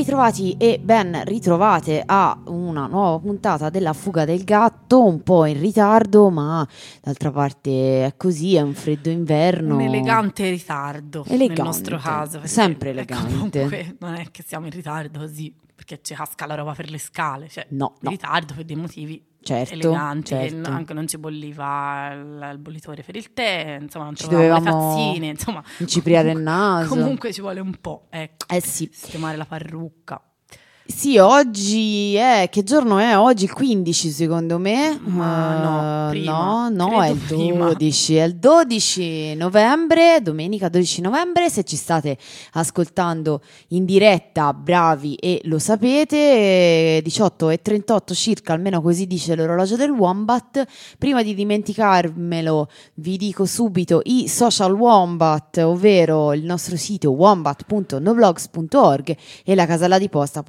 ritrovati e ben ritrovate a una nuova puntata della Fuga del Gatto, un po' in ritardo, ma d'altra parte è così, è un freddo inverno. Un elegante ritardo, nel nostro caso. Sempre elegante. Comunque non è che siamo in ritardo così, perché ci casca la roba per le scale, cioè no. ritardo per dei motivi eleganti, certo. Anche non ci bolliva il bollitore per il tè, insomma non trovavamo le tazzine, insomma incipriare il naso. Comunque ci vuole un po', ecco, sì. sistemare la parrucca. Sì, oggi che giorno è? Oggi il 15 secondo me. Ma no, prima. No, è il 12, è il 12 novembre, domenica 12 novembre. Se ci state ascoltando in diretta, bravi e lo sapete, 18:38 circa, almeno così dice l'orologio del Wombat. Prima di dimenticarmelo, vi dico subito i social Wombat, ovvero il nostro sito wombat.noblogs.org e la casella di posta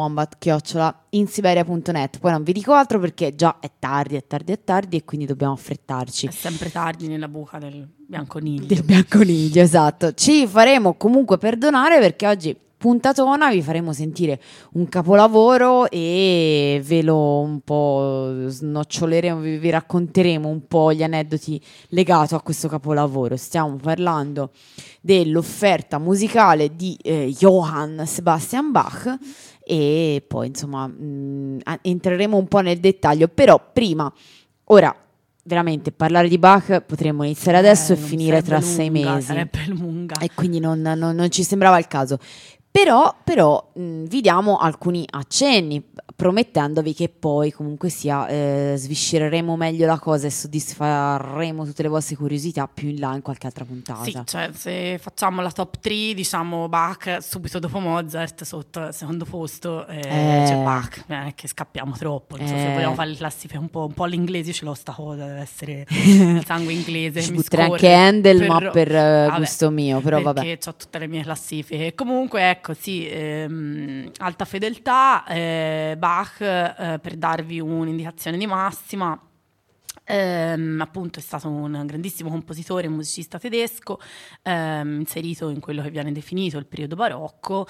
wombat@insiberia.net. Poi non vi dico altro perché già è tardi e quindi dobbiamo affrettarci. È sempre tardi nella buca del bianconiglio. Del bianconiglio, esatto. Ci faremo comunque perdonare perché oggi puntatona, vi faremo sentire un capolavoro e ve lo un po' snoccioleremo, vi racconteremo un po' gli aneddoti legati a questo capolavoro. Stiamo parlando dell'offerta musicale di Johann Sebastian Bach e poi insomma entreremo un po' nel dettaglio, però prima, ora veramente parlare di Bach potremmo iniziare adesso e finire tra 6 mesi, sarebbe lunga e quindi non ci sembrava il caso. Però vi diamo alcuni accenni, promettendovi che poi comunque sia sviscereremo meglio la cosa e soddisfaremo tutte le vostre curiosità più in là in qualche altra puntata. Sì, cioè se facciamo la top 3, diciamo Bach subito dopo Mozart, sotto al secondo posto c'è Bach, che scappiamo troppo, non so se vogliamo fare le classifiche un po' all'inglese, ce l'ho sta cosa, deve essere il sangue inglese. Ci butterei anche Handel, ma per gusto mio, però vabbè. Perché ho tutte le mie classifiche. Comunque ecco, sì, alta fedeltà, Bach, per darvi un'indicazione di massima, appunto è stato un grandissimo compositore, un musicista tedesco, inserito in quello che viene definito il periodo barocco,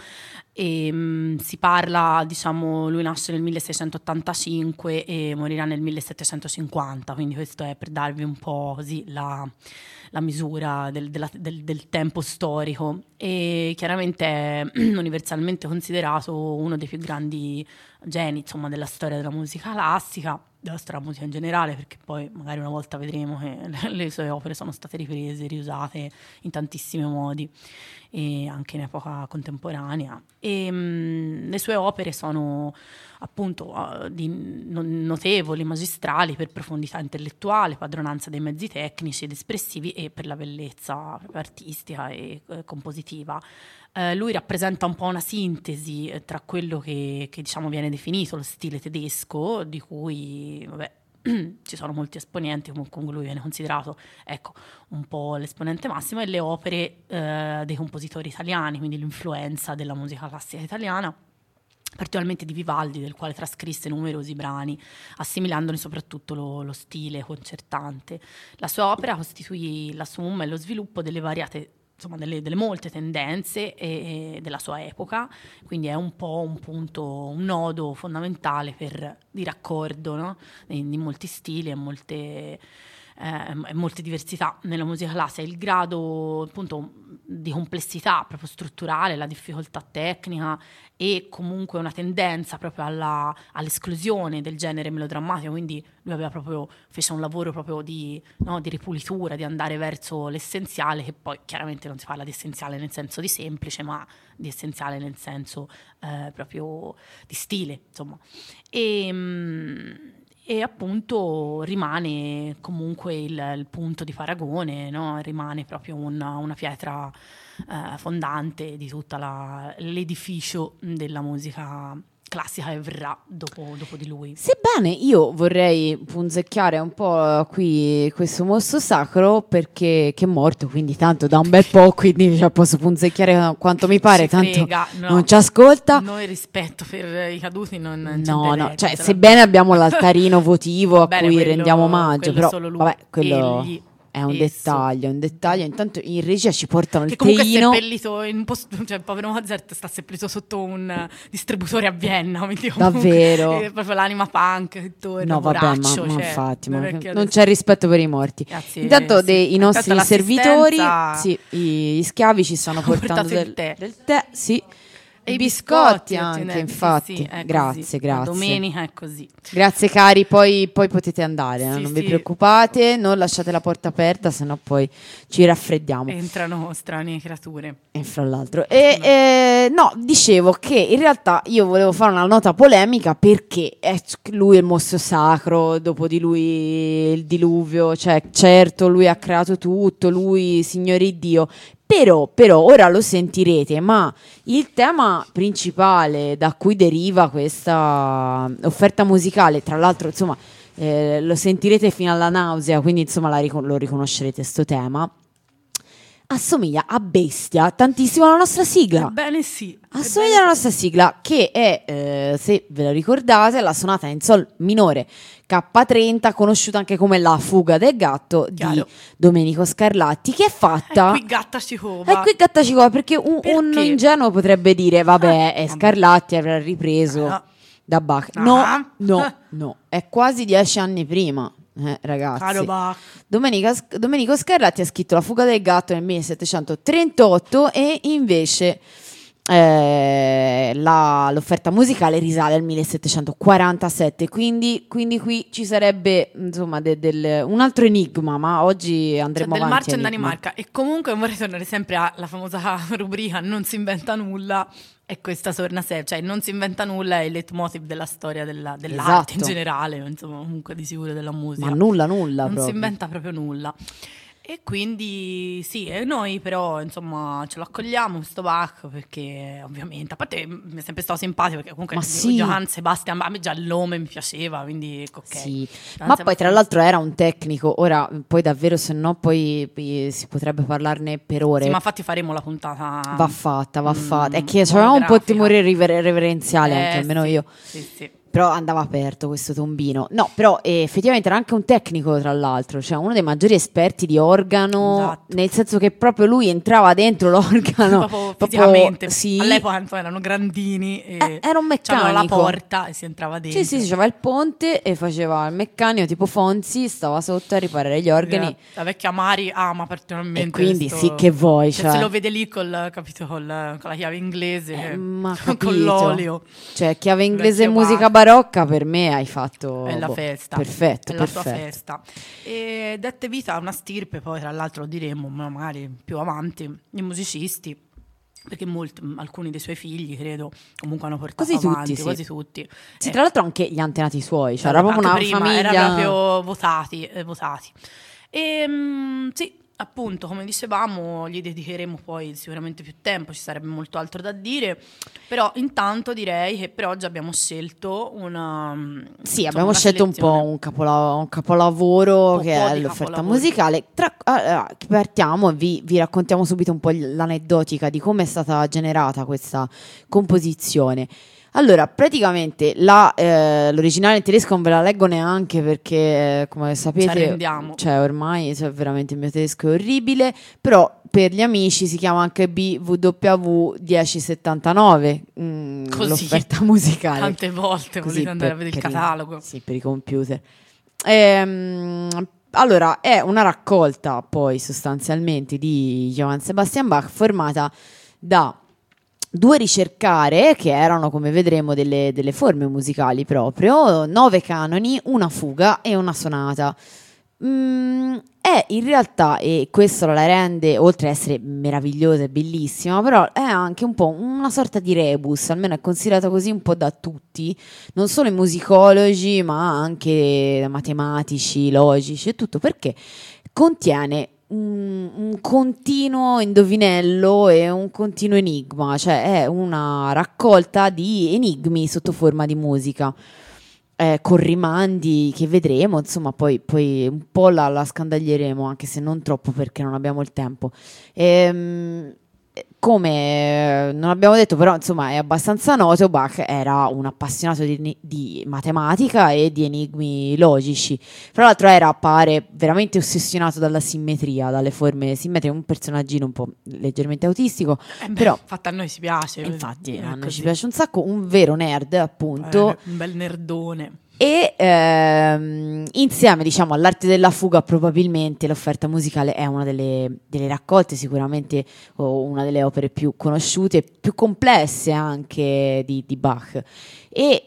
e si parla, diciamo, lui nasce nel 1685 e morirà nel 1750, quindi questo è per darvi un po' così la misura del tempo storico, e chiaramente è universalmente considerato uno dei più grandi geni, insomma, della storia della musica classica, della storia della musica in generale, perché poi magari una volta vedremo che le sue opere sono state riprese, riusate in tantissimi modi e anche in epoca contemporanea, e le sue opere sono appunto notevoli, magistrali per profondità intellettuale, padronanza dei mezzi tecnici ed espressivi e per la bellezza artistica e compositiva. Lui rappresenta un po' una sintesi tra quello che diciamo viene definito lo stile tedesco, di cui vabbè ci sono molti esponenti, comunque lui viene considerato, ecco, un po' l'esponente massimo, e le opere dei compositori italiani, quindi l'influenza della musica classica italiana, particolarmente di Vivaldi, del quale trascrisse numerosi brani, assimilandone soprattutto lo stile concertante. La sua opera costituì la somma e lo sviluppo delle variate, insomma, delle molte tendenze e della sua epoca, quindi è un po' un punto, un nodo fondamentale di raccordo, no? Di molti stili e molte diversità nella musica classica. Il grado appunto di complessità proprio strutturale, la difficoltà tecnica e comunque una tendenza proprio all'esclusione del genere melodrammatico, quindi lui fece un lavoro proprio di ripulitura, di andare verso l'essenziale, che poi chiaramente non si parla di essenziale nel senso di semplice, ma di essenziale nel senso proprio di stile, insomma. E appunto rimane comunque il punto di paragone, no? Rimane proprio una pietra fondante di tutto l'edificio della musica classica che verrà dopo di lui. Sebbene io vorrei punzecchiare un po' qui questo mostro sacro, perché che è morto, quindi tanto da un bel po', quindi posso punzecchiare quanto mi pare, tanto non ci ascolta. Noi rispetto per i caduti non cioè sebbene abbiamo l'altarino votivo a cui rendiamo omaggio, però solo lui, vabbè, quello egli è un dettaglio. Intanto in regia ci portano che il comunque teino. è seppellito in un posto, cioè il povero Mozart sta seppellito sotto un distributore a Vienna, quindi Davvero? è proprio l'anima punk che torna, No, vabbè, ma cioè, infatti, non adesso... c'è rispetto per i morti. Grazie, Intanto sì. i nostri servitori, l'assistenza... gli schiavi ci stanno portando del tè, sì. E i biscotti anche, ottenenti, infatti. sì, grazie. La domenica è così. Grazie cari, poi potete andare, non vi sì. preoccupate, non lasciate la porta aperta, sennò poi ci raffreddiamo. Entrano strane creature. E fra l'altro. No, dicevo che in realtà io volevo fare una nota polemica perché lui è il mostro sacro, dopo di lui il diluvio, cioè certo lui ha creato tutto, lui Signore Dio. Però ora lo sentirete, ma il tema principale da cui deriva questa offerta musicale, tra l'altro, insomma, lo sentirete fino alla nausea, quindi insomma lo riconoscerete sto tema. Assomiglia a bestia tantissimo alla nostra sigla. Ebbene sì. Assomiglia alla nostra sigla, che è, se ve lo ricordate, la sonata in sol minore K30, conosciuta anche come La fuga del gatto di Domenico Scarlatti, che è fatta... Qui gatta ci cova. Perché un ingenuo potrebbe dire, vabbè, è Scarlatti, avrà ripreso da Bach. No, è quasi 10 anni prima. Ragazzi, Domenico Scarlatti ha scritto La fuga del gatto nel 1738 e invece l'offerta musicale risale al 1747, quindi qui ci sarebbe insomma un altro enigma, ma oggi andremo avanti. Del marcio in Danimarca. E comunque vorrei tornare sempre alla famosa rubrica Non si inventa nulla. E questa torna sempre, cioè non si inventa nulla, è il leitmotiv della storia dell'arte in generale, insomma, comunque di sicuro della musica. Ma nulla non proprio. Si inventa proprio nulla. E quindi sì, e noi però insomma ce lo accogliamo questo Bach, perché ovviamente, a parte mi è sempre stato simpatico, perché comunque Johann Sebastian, a me già il nome mi piaceva, quindi ok. Sì. Ma poi tra l'altro era un tecnico, ora poi davvero, se no poi si potrebbe parlarne per ore. Sì, ma infatti faremo la puntata. Va fatta. È che c'aveva un po' di timore reverenziale, anche almeno io. Sì. Però andava aperto questo tombino. No, però effettivamente era anche un tecnico, tra l'altro, cioè uno dei maggiori esperti di organo, esatto. Nel senso che proprio lui entrava dentro l'organo proprio fisicamente. Sì. All'epoca erano grandini e era un meccanico. C'aveva la porta e si entrava dentro. Sì, c'aveva il ponte e faceva il meccanico tipo Fonzi, stava sotto a riparare gli organi. La vecchia Mari ama particolarmente. E quindi sì, che vuoi, cioè. Se lo vede lì con la chiave inglese, con l'olio. Cioè, chiave inglese e musica barocca, per me hai fatto è la festa, perfetto, è la sua festa. E dette vita a una stirpe, poi tra l'altro lo diremo magari più avanti, i musicisti, perché alcuni dei suoi figli credo comunque hanno portato avanti, quasi tutti. Sì, tra l'altro anche gli antenati suoi, cioè era proprio una famiglia, era proprio votati. E sì, appunto, come dicevamo, gli dedicheremo poi sicuramente più tempo, ci sarebbe molto altro da dire, però intanto direi che per oggi abbiamo scelto abbiamo scelto un po' un capolavoro che è l'offerta musicale. Partiamo, vi raccontiamo subito un po' l'aneddotica di come è stata generata questa composizione. Allora, praticamente l'originale in tedesco non ve la leggo neanche perché, come sapete, cioè ormai veramente il mio tedesco è orribile, però per gli amici si chiama anche BWV 1079, l'offerta musicale. Tante volte volete andare a vedere il catalogo. Sì, per i computer. Allora, è una raccolta poi sostanzialmente di Johann Sebastian Bach formata da 2 ricercare, che erano, come vedremo, delle forme musicali proprio, 9 canoni, una fuga e una sonata. È in realtà, e questo la rende, oltre ad essere meravigliosa e bellissima, però è anche un po' una sorta di rebus, almeno è considerata così un po' da tutti, non solo i musicologi, ma anche matematici, logici e tutto, perché contiene un continuo indovinello e un continuo enigma, cioè è una raccolta di enigmi sotto forma di musica, con rimandi che vedremo, insomma poi un po' la scandaglieremo, anche se non troppo perché non abbiamo il tempo. come non abbiamo detto, però insomma è abbastanza noto, Bach era un appassionato di matematica e di enigmi logici. Tra l'altro pare veramente ossessionato dalla simmetria, dalle forme simmetriche, un personaggino un po' leggermente autistico, però infatti a noi ci piace. Infatti a noi ci piace un sacco, un vero nerd appunto. Un bel nerdone. E insieme, diciamo, all'arte della fuga, probabilmente l'offerta musicale è una delle raccolte, sicuramente, o una delle opere più conosciute, più complesse anche di Bach. E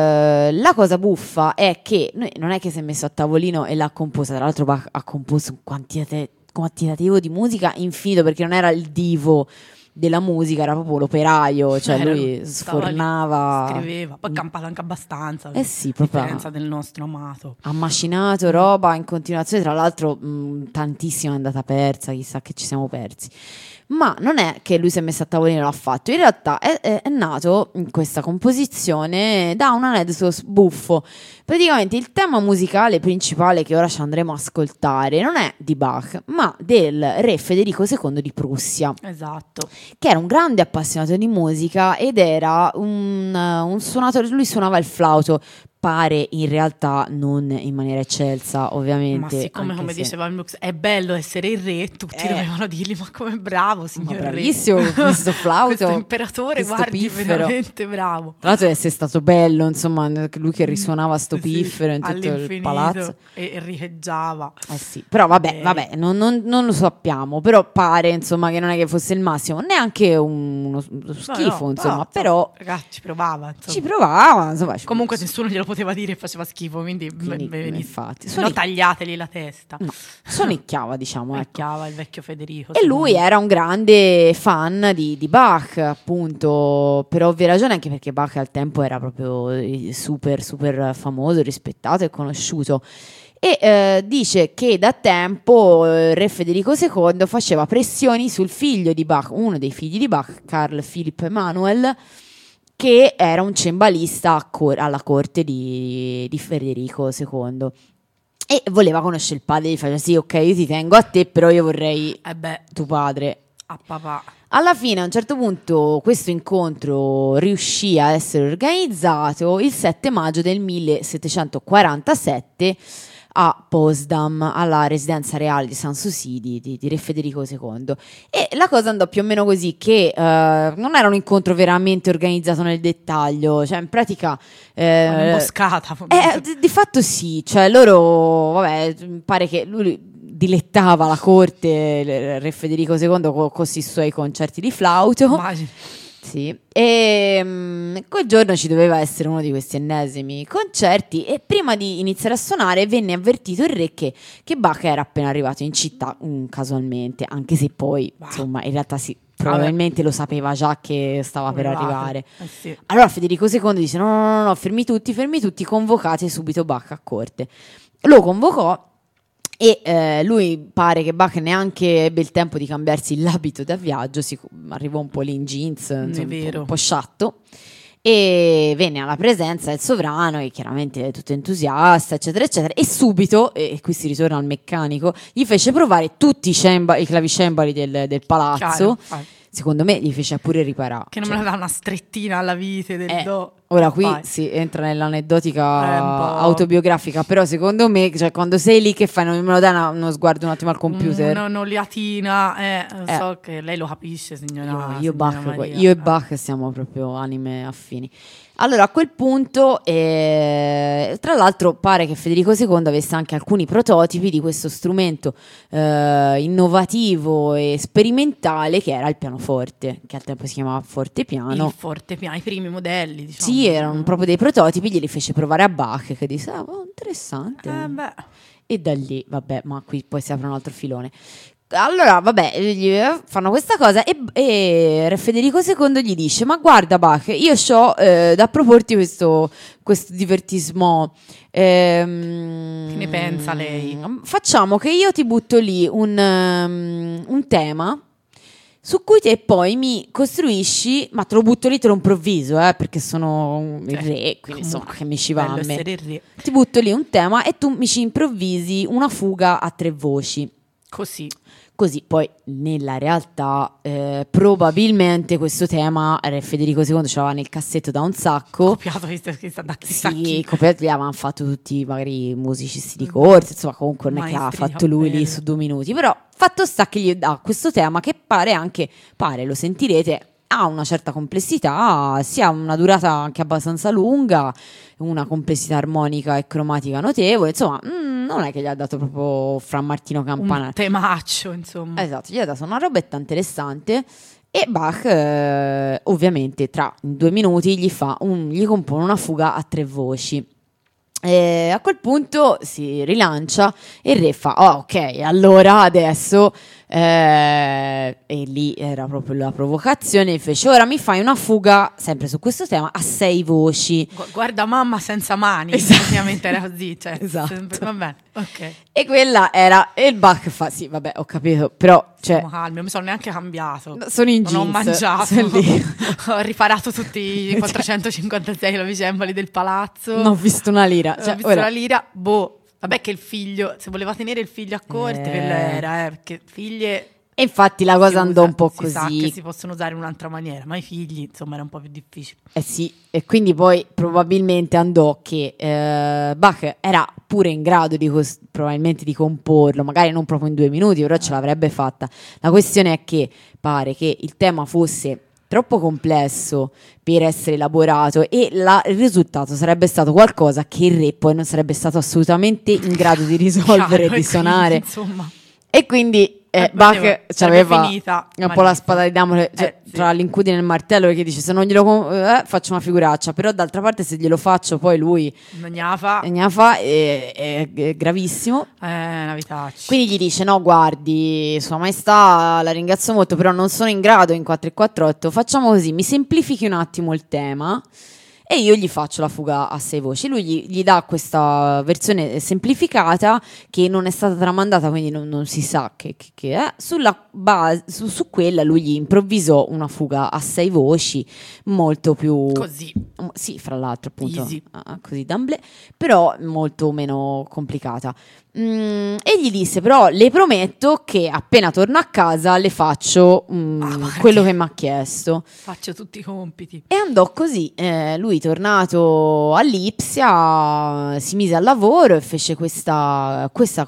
la cosa buffa è che non è che si è messo a tavolino e l'ha composta. Tra l'altro Bach ha composto un quantitativo di musica infinito, perché non era il divo della musica, era proprio l'operaio, cioè lui sfornava, scriveva, poi campava anche abbastanza, sì, a differenza del nostro amato, ha macinato roba in continuazione. Tra l'altro tantissimo è andata persa, chissà che ci siamo persi. Ma non è che lui si è messo a tavolino e l'ha fatto, in realtà è nato in questa composizione da un aneddoto buffo. Praticamente il tema musicale principale che ora ci andremo a ascoltare non è di Bach, ma del re Federico II di Prussia. Esatto. Che era un grande appassionato di musica ed era un suonatore, lui suonava il flauto. Pare in realtà non in maniera eccelsa, ovviamente. Ma siccome, come diceva il Mux, è bello essere il re, tutti dovevano dirgli: ma come bravo, signor re. Bravissimo questo flauto. Questo imperatore, questo guardi, piffero. veramente bravo. Tra l'altro deve essere stato bello, insomma, lui che risuonava sto piffero in tutto il palazzo. E richeggiava. Sì, però vabbè, non lo sappiamo, però pare, insomma, che non è che fosse il massimo, neanche uno schifo, insomma, però ragazzi, ci provava, insomma. Comunque nessuno glielo poteva dire e faceva schifo, quindi infatti no, tagliateli la testa. No, sonicchiava, diciamo, sonicchiava il vecchio Federico. E lui era un grande fan di Bach, appunto, per ovvie ragioni, anche perché Bach al tempo era proprio super super famoso, rispettato e conosciuto. E dice che da tempo re Federico II faceva pressioni sul figlio di Bach, uno dei figli di Bach, Carl Philipp Emanuel, che era un cembalista alla corte di Federico II. E voleva conoscere il padre, gli faceva: sì, ok, io ti tengo a te, però io vorrei tuo padre. A papà. Alla fine, a un certo punto, questo incontro riuscì a essere organizzato il 7 maggio del 1747 a Potsdam, alla residenza reale di Sanssouci di re Federico II. E la cosa andò più o meno così, che non era un incontro veramente organizzato nel dettaglio, cioè in pratica un'imboscata. Di fatto sì, cioè loro, vabbè, pare che lui dilettava la corte, re Federico II, con questi suoi concerti di flauto. Immagino. Sì, e quel giorno ci doveva essere uno di questi ennesimi concerti, e prima di iniziare a suonare venne avvertito il re che Bach era appena arrivato in città, casualmente, anche se poi insomma in realtà sì, probabilmente lo sapeva già che stava per arrivare. Sì. Allora Federico II dice: no, fermi tutti, convocate subito Bach a corte. Lo convocò. E lui, pare che Bach neanche ebbe il tempo di cambiarsi l'abito da viaggio, arrivò un po' lì in jeans, insomma, un po' sciatto, e venne alla presenza del sovrano, che chiaramente è tutto entusiasta, eccetera, eccetera, e subito, e qui si ritorna al meccanico, gli fece provare tutti i clavicembali del palazzo. Chiaro. Secondo me gli fece pure riparare. Che non me la dà una strettina alla vite del do. Ora qui si entra nell'aneddotica autobiografica, però secondo me, cioè, quando sei lì che fai, non me lo dai uno sguardo un attimo al computer? Un'oliatina, so che lei lo capisce, signora. Io e Bach siamo proprio anime affini. Allora a quel punto, tra l'altro pare che Federico II avesse anche alcuni prototipi di questo strumento innovativo e sperimentale, che era il pianoforte, che al tempo si chiamava fortepiano. Il fortepiano, i primi modelli, diciamo. Sì, erano proprio dei prototipi, glieli fece provare a Bach, che disse: interessante. E da lì, vabbè, ma qui poi si apre un altro filone. Allora, vabbè, gli fanno questa cosa e re Federico II gli dice: ma guarda Bach, io ho da proporti questo divertismo. Che ne pensa lei? Facciamo che io ti butto lì un tema su cui te poi mi costruisci, ma te lo butto lì, te lo improvviso, perché sono il re, quindi insomma che mi ci va a me. Il re. Ti butto lì un tema e tu mi ci improvvisi una fuga a 3 voci. Così così. Poi nella realtà probabilmente questo tema Federico II ce l'aveva nel cassetto da un sacco. Copiato da chissà chi. Copiato, gli avevano fatto tutti magari i musicisti di corte, insomma comunque non è che l'ha Maestri, fatto lui lì su 2 minuti, però fatto sta che gli dà questo tema che pare, lo sentirete, ha una certa complessità, sia una durata anche abbastanza lunga, una complessità armonica e cromatica notevole, insomma non è che gli ha dato proprio Fra Martino Campana. Un temaccio, insomma. Esatto, gli ha dato una robetta interessante e Bach ovviamente in 2 minuti gli compone una fuga a 3 voci. A quel punto si rilancia e il re fa ok, allora adesso e lì era proprio la provocazione, fece ora mi fai una fuga sempre su questo tema a 6 voci. Guarda mamma senza mani, esatto. Ovviamente era così, cioè, esatto. Va bene, ok. E quella era, e il Bach fa sì vabbè ho capito, però cioè, siamo calmi, non mi sono neanche cambiato, sono in non ho jeans, mangiato, lì. ho riparato tutti i 456 clavicembali del palazzo, non ho visto una lira, non ho visto una lira, vabbè che il figlio, se voleva tenere il figlio a corte, quello era, perché figlie... E infatti la cosa andò un po' così. Si sa che si possono usare in un'altra maniera, ma i figli, insomma, era un po' più difficile. Sì, e quindi poi probabilmente andò che Bach era pure in grado probabilmente di comporlo, magari non proprio in 2 minuti, però ce l'avrebbe fatta. La questione è che pare che il tema fosse troppo complesso per essere elaborato e il risultato sarebbe stato qualcosa che il re poi non sarebbe stato assolutamente in grado di risolvere e di suonare. Insomma. E quindi Bach aveva un po' la spada di Damocle sì. tra l'incudine e il martello, perché dice se non glielo faccio una figuraccia, però d'altra parte se glielo faccio poi lui non gliela fa, è gravissimo, una vitaccia. quindi gli dice no guardi Sua Maestà la ringrazio molto però non sono in grado in 4/4/8, facciamo così, mi semplifichi un attimo il tema e io gli faccio la fuga a 6 voci. Lui gli dà questa versione semplificata che non è stata tramandata, quindi non si sa che è. Sulla base, su quella lui gli improvvisò una fuga a 6 voci molto più... Così. Sì, fra l'altro appunto. Easy. Così d'amblè, però molto meno complicata. E gli disse però le prometto che appena torno a casa le faccio quello che mi ha chiesto, faccio tutti i compiti. e andò così. Lui tornato a Lipsia si mise al lavoro e fece questa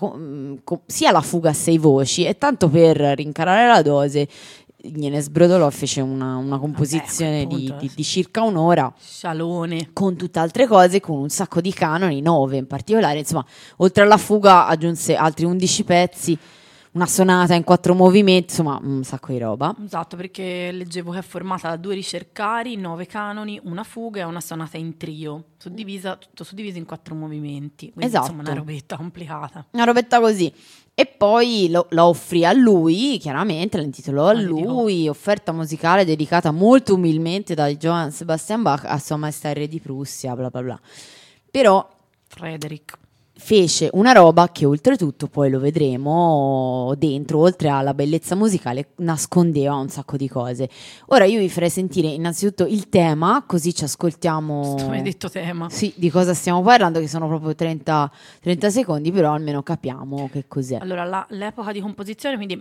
sia la fuga a 6 voci e tanto per rincarare la dose gliene sbrodolò e fece una composizione di circa un'ora, scialone, con tutte altre cose, con un sacco di canoni, 9 in particolare, insomma, oltre alla fuga aggiunse altri 11 pezzi, una sonata in 4 movimenti, insomma, un sacco di roba. Esatto, perché leggevo che è formata da 2 ricercari, 9 canoni, una fuga e una sonata in trio, tutto suddiviso in 4 movimenti. Quindi, esatto. Insomma, una robetta complicata. Una robetta così. E poi la offrì a lui, chiaramente, la intitolò a lui, offerta musicale dedicata molto umilmente da Johann Sebastian Bach a Sua Maestà il Re di Prussia, bla bla bla. Però Frederick fece una roba che oltretutto, poi lo vedremo, dentro, oltre alla bellezza musicale, nascondeva un sacco di cose. Ora io vi farei sentire innanzitutto il tema, così ci ascoltiamo. Sto maledetto tema. Sì, di cosa stiamo parlando, che sono proprio 30 secondi, però almeno capiamo che cos'è. Allora, l'epoca di composizione, quindi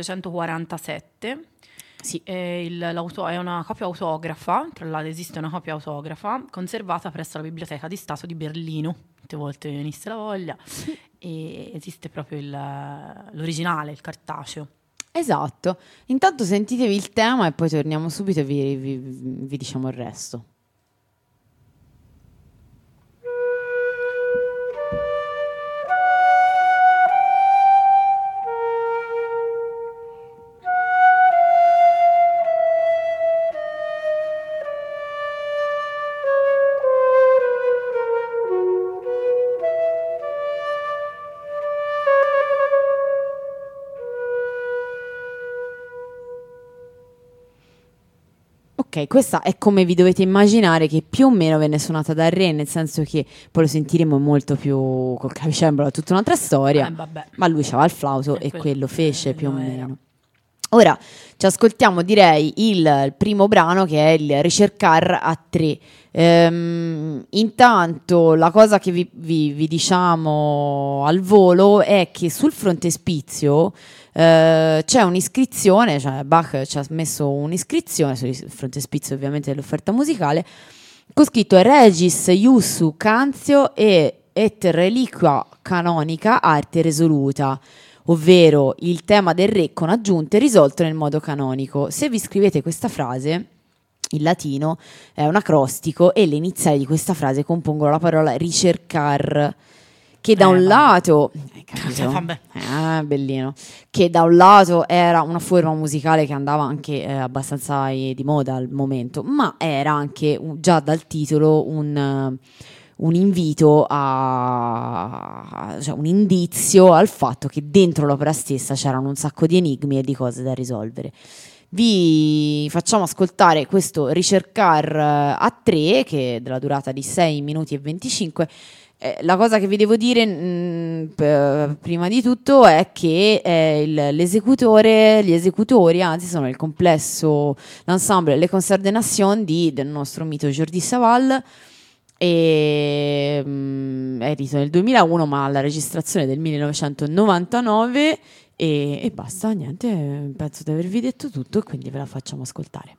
1747. Sì. È una copia autografa, tra l'altro esiste una copia autografa conservata presso la Biblioteca di Stato di Berlino, molte volte venisse la voglia, e esiste proprio l'originale, il cartaceo. Esatto, intanto sentitevi il tema e poi torniamo subito e vi diciamo il resto. Ok, questa è come vi dovete immaginare che più o meno venne suonata dal re, nel senso che poi lo sentiremo molto più col clavicembalo, tutta un'altra storia, ma lui c'aveva il flauto e quello fece più o meno. Ora ci ascoltiamo, direi, il primo brano, che è il Ricercar a tre. Intanto la cosa che vi diciamo al volo è che sul frontespizio c'è un'iscrizione, cioè Bach ci ha messo un'iscrizione sul frontespizio ovviamente dell'offerta musicale, con scritto Regis Iussu Canzio et Reliquia Canonica Arte Resoluta, ovvero il tema del re con aggiunte risolto nel modo canonico. Se vi scrivete questa frase, in latino è un acrostico e le iniziali di questa frase compongono la parola ricercar, che da un lato, capito? Bellino, che da un lato era una forma musicale che andava anche abbastanza di moda al momento, ma era anche già dal titolo un invito cioè un indizio al fatto che dentro l'opera stessa c'erano un sacco di enigmi e di cose da risolvere. Vi facciamo ascoltare questo Ricercar a tre, che è della durata di 6 minuti e 25. La cosa che vi devo dire prima di tutto è che gli esecutori, anzi, sono il complesso, l'ensemble Le Concerts des Nations del nostro mito Jordi Savall, e è edito nel 2001, ma la registrazione del 1999, e basta, niente, penso di avervi detto tutto e quindi ve la facciamo ascoltare.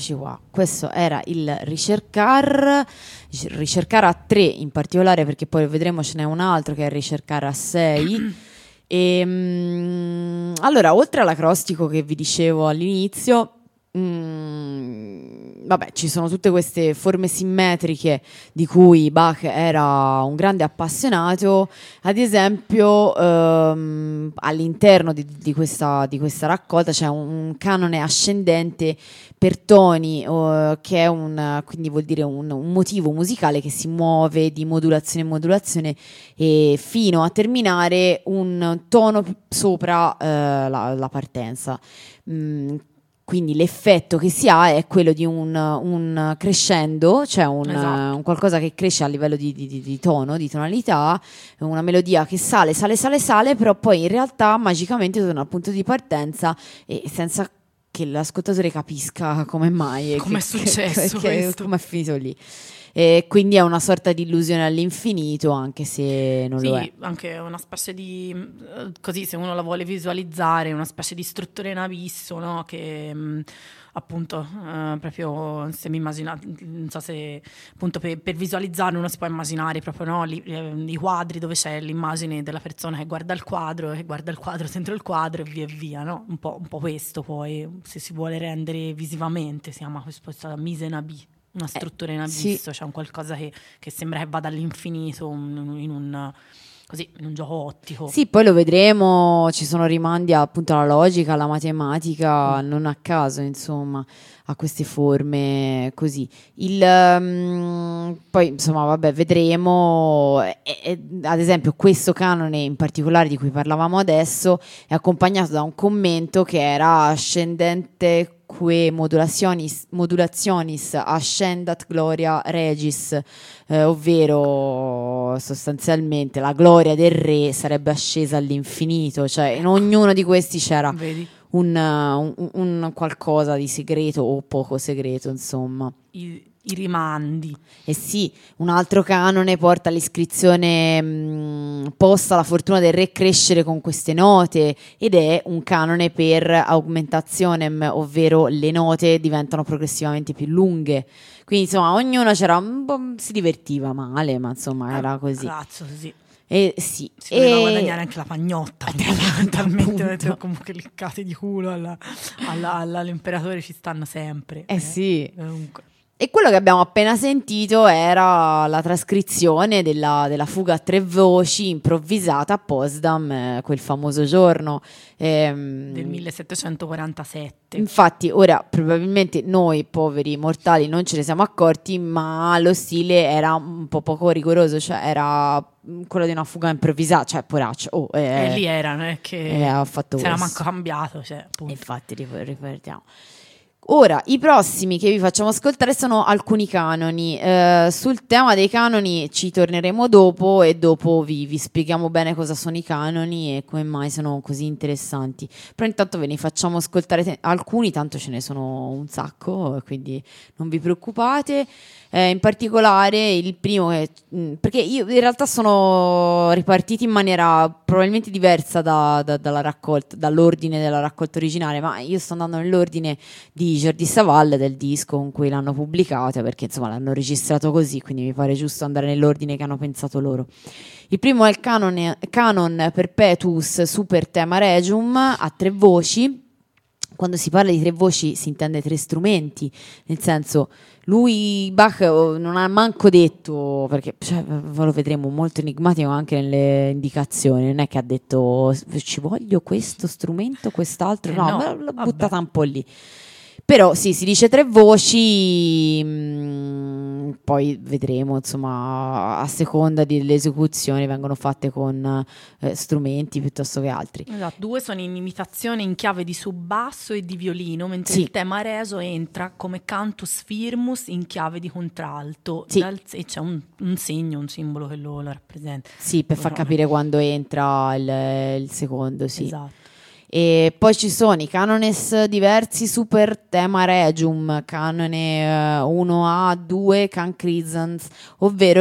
eccoci qua. Questo era il ricercare a 3 in particolare, perché poi vedremo ce n'è un altro che è il ricercare a 6. Allora, oltre all'acrostico che vi dicevo all'inizio, vabbè, ci sono tutte queste forme simmetriche di cui Bach era un grande appassionato. Ad esempio, all'interno di questa raccolta c'è un canone ascendente per toni, che è quindi vuol dire un motivo musicale che si muove di modulazione in modulazione fino a terminare un tono sopra la partenza. Quindi l'effetto che si ha è quello di un crescendo, cioè un qualcosa che cresce a livello di tono, di tonalità, una melodia che sale, però poi in realtà magicamente torna al punto di partenza e senza che l'ascoltatore capisca come mai. Come è successo questo. Come è finito lì. E quindi è una sorta di illusione all'infinito, anche se non lo è. Sì, anche una specie di, così se uno la vuole visualizzare, una specie di struttura in abisso, no? Che appunto proprio se mi immagino, non so se appunto per visualizzarlo uno si può immaginare proprio, no? I quadri dove c'è l'immagine della persona che guarda il quadro dentro il quadro e via, no? Un po' questo poi, se si vuole rendere visivamente, si chiama questa mise en abysse. Una struttura in abisso, sì. cioè un qualcosa che sembra che vada all'infinito in un gioco ottico. Sì, poi lo vedremo, ci sono rimandi appunto alla logica, alla matematica, non a caso, insomma, a queste forme così. Poi, insomma, vabbè, vedremo. Ad esempio, questo canone in particolare di cui parlavamo adesso è accompagnato da un commento che era ascendente que modulationis ascendat gloria regis, ovvero sostanzialmente la gloria del re sarebbe ascesa all'infinito, cioè in ognuno di questi c'era un qualcosa di segreto o poco segreto, insomma. I rimandi. E sì, un altro canone porta l'iscrizione posta la fortuna del re crescere con queste note, ed è un canone per augmentationem, ovvero le note diventano progressivamente più lunghe. Quindi insomma ognuno si divertiva male, ma insomma era così. Cazzo, sì. Sì. Si voleva guadagnare anche la pagnotta, fondamentalmente, comunque leccate di culo all'imperatore ci stanno sempre. Sì. Comunque. E quello che abbiamo appena sentito era la trascrizione della fuga a 3 voci improvvisata a Potsdam quel famoso giorno. Del 1747. Infatti ora probabilmente noi poveri mortali non ce ne siamo accorti, ma lo stile era un po' poco rigoroso, cioè era quello di una fuga improvvisata, cioè poraccio. E lì era, non è che ha fatto si era manco cambiato. Cioè, infatti ripetiamo. Ora, i prossimi che vi facciamo ascoltare sono alcuni canoni. Sul tema dei canoni ci torneremo dopo, e dopo vi spieghiamo bene cosa sono i canoni e come mai sono così interessanti. Però intanto ve ne facciamo ascoltare alcuni, tanto ce ne sono un sacco, quindi non vi preoccupate. In particolare il primo perché io in realtà sono ripartiti in maniera probabilmente diversa dalla raccolta, dall'ordine della raccolta originale, ma io sto andando nell'ordine di Jordi Savall del disco con cui l'hanno pubblicata, perché insomma l'hanno registrato così, quindi mi pare giusto andare nell'ordine che hanno pensato loro. Il primo è il Canon Perpetuus Super Thema Regium a 3 voci. Quando si parla di 3 voci si intende 3 strumenti, nel senso Bach non ha manco detto, perché ve lo vedremo molto enigmatico anche nelle indicazioni, non è che ha detto ci voglio questo strumento, quest'altro, no, l'ho buttata un po' lì. Però sì, si dice 3 voci, poi vedremo, insomma, a seconda delle esecuzioni vengono fatte con strumenti piuttosto che altri. Esatto, 2 sono in imitazione in chiave di subbasso e di violino, mentre il tema reso entra come cantus firmus in chiave di contralto, e c'è un segno, un simbolo che lo rappresenta. Sì, per far capire quando entra il secondo, sì. Esatto. E poi ci sono i canones diversi super tema regium, canone 1A, 2, can crisans, ovvero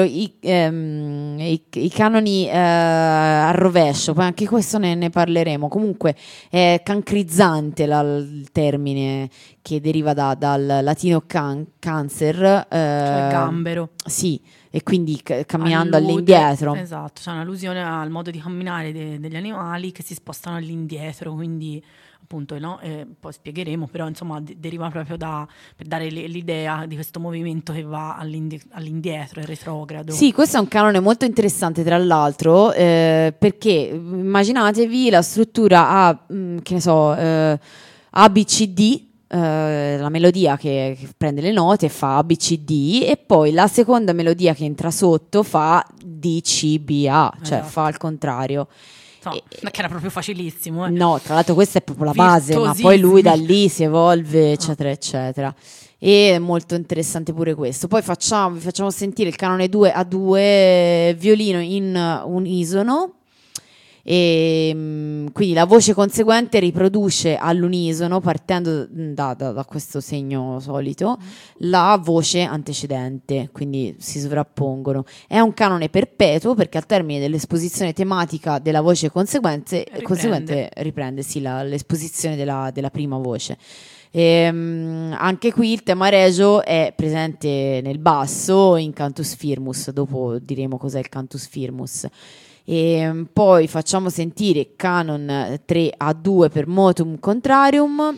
i canoni a rovescio, poi anche questo ne parleremo. Comunque è cancrizzante il termine che deriva dal latino cancer, Cioè gambero. sì, e quindi camminando all'indietro. Esatto, c'è un'allusione al modo di camminare degli animali che si spostano all'indietro, quindi appunto, no? Poi spiegheremo, però insomma deriva proprio per dare l'idea di questo movimento che va all'indietro, il retrogrado. Sì, questo è un canone molto interessante tra l'altro, perché immaginatevi la struttura A, che ne so, A, B, C, D, la melodia che prende le note fa A, B, C, D e poi la seconda melodia che entra sotto fa D, C, B, A, cioè Esatto. fa al contrario. No, che era proprio facilissimo. No, tra l'altro questa è proprio la base, ma poi lui da lì si evolve, eccetera, eccetera. E è molto interessante pure questo. Poi vi facciamo sentire il canone 2 a 2 violino in unisono. E quindi la voce conseguente riproduce all'unisono, partendo da questo segno solito, la voce antecedente, quindi si sovrappongono. È un canone perpetuo perché al termine dell'esposizione tematica della voce conseguente riprende sì, l'esposizione della prima voce. Anche qui il tema regio è presente nel basso in cantus firmus, dopo diremo cos'è il cantus firmus. E poi facciamo sentire canon 3 a 2 per motum contrarium.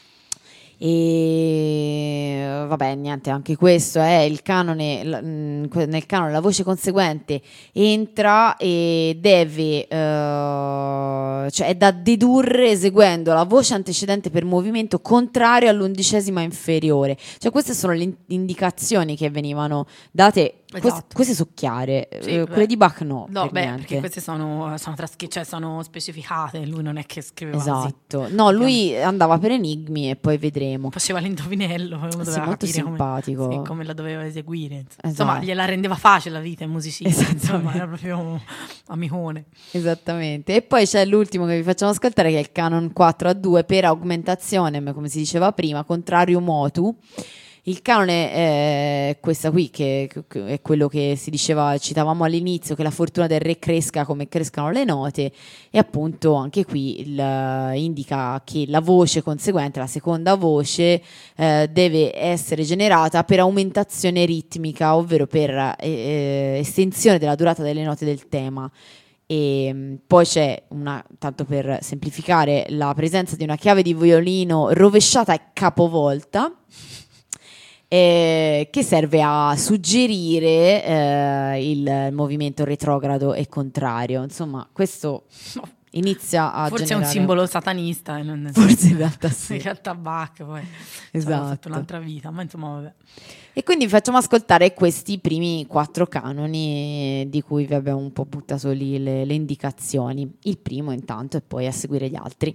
E vabbè, niente, anche questo è il canone. Nel canone la voce conseguente entra e deve, cioè è da dedurre eseguendo la voce antecedente per movimento contrario all'11ª inferiore. Cioè queste sono le indicazioni che venivano date. Esatto. Queste sono chiare, Sì, quelle di Bach no. No, perché queste sono specificate, lui non è che scriveva esatto. così. No, lui andava per enigmi e poi vedremo. Faceva l'indovinello, uno doveva molto capire simpatico. come la doveva eseguire. Esatto. Insomma, gliela rendeva facile la vita, il musicista, insomma, era proprio amicone. Esattamente. E poi c'è l'ultimo che vi facciamo ascoltare, che è il canon 4 a 2 per augmentazione, come si diceva prima, contrario motu. Il canone è questa qui, che è quello che si diceva, citavamo all'inizio, che la fortuna del re cresca come crescano le note, e appunto anche qui indica che la voce conseguente, la seconda voce, deve essere generata per aumentazione ritmica, ovvero per estensione della durata delle note del tema. E poi c'è tanto per semplificare, la presenza di una chiave di violino rovesciata e capovolta, che serve a suggerire il movimento retrogrado e contrario. Insomma, questo inizia a forse generare... è un simbolo satanista. Forse in realtà sì. In realtà Bach poi esatto. ha fatto un'altra vita, ma insomma vabbè. E quindi facciamo ascoltare questi primi 4 canoni di cui vi abbiamo un po' buttato lì le indicazioni. Il primo intanto e poi a seguire gli altri.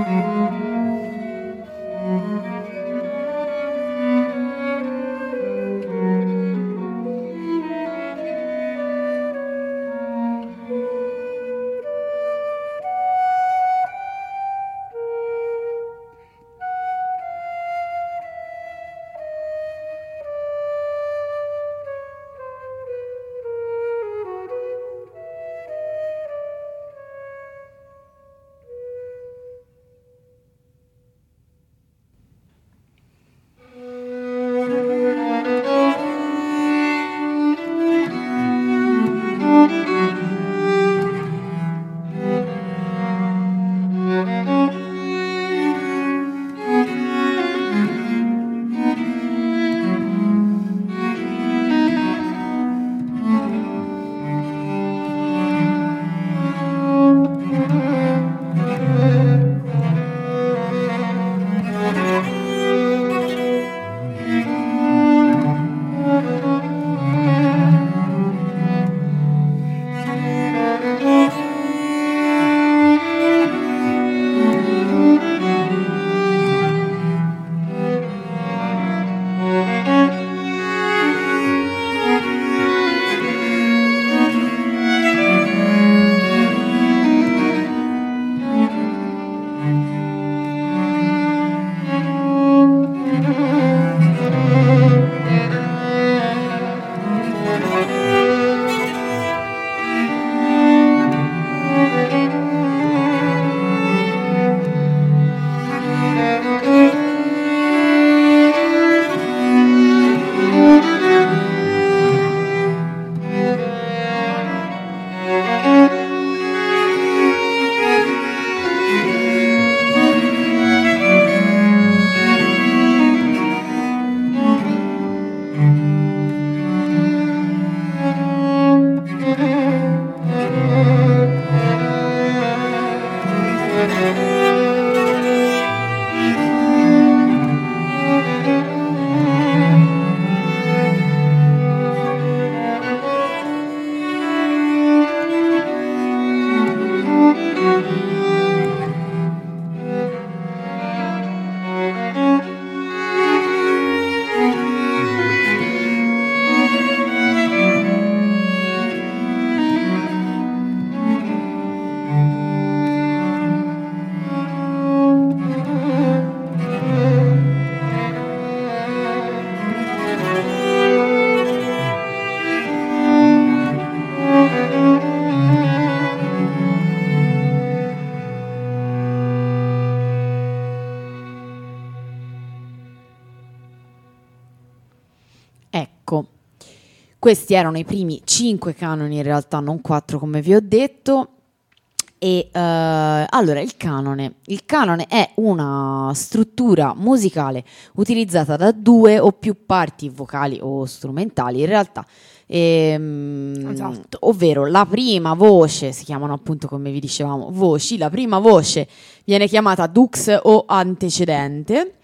Ecco, questi erano i primi 5 canoni, in realtà non 4 come vi ho detto. E allora il canone è una struttura musicale utilizzata da 2 o più parti vocali o strumentali in realtà, Esatto. ovvero la prima voce, si chiamano appunto come vi dicevamo voci, la prima voce viene chiamata dux o antecedente